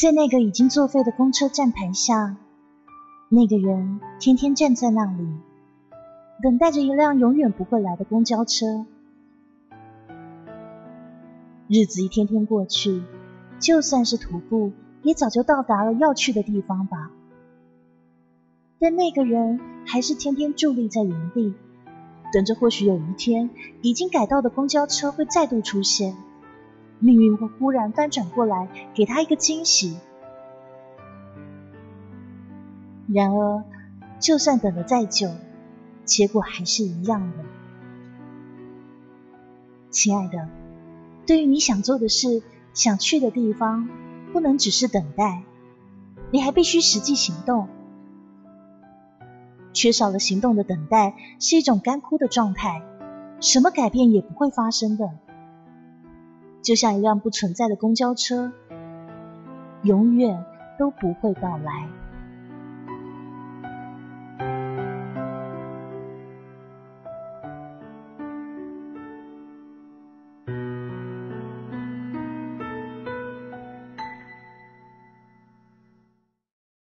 在那个已经作废的公车站牌下，那个人天天站在那里，等待着一辆永远不会来的公交车。日子一天天过去，就算是徒步，也早就到达了要去的地方吧。但那个人还是天天伫立在原地，等着或许有一天已经改道的公交车会再度出现，命运会忽然翻转过来，给他一个惊喜。然而，就算等得再久，结果还是一样的。亲爱的，对于你想做的事、想去的地方，不能只是等待，你还必须实际行动。缺少了行动的等待是一种干枯的状态，什么改变也不会发生的。就像一辆不存在的公交车，永远都不会到来。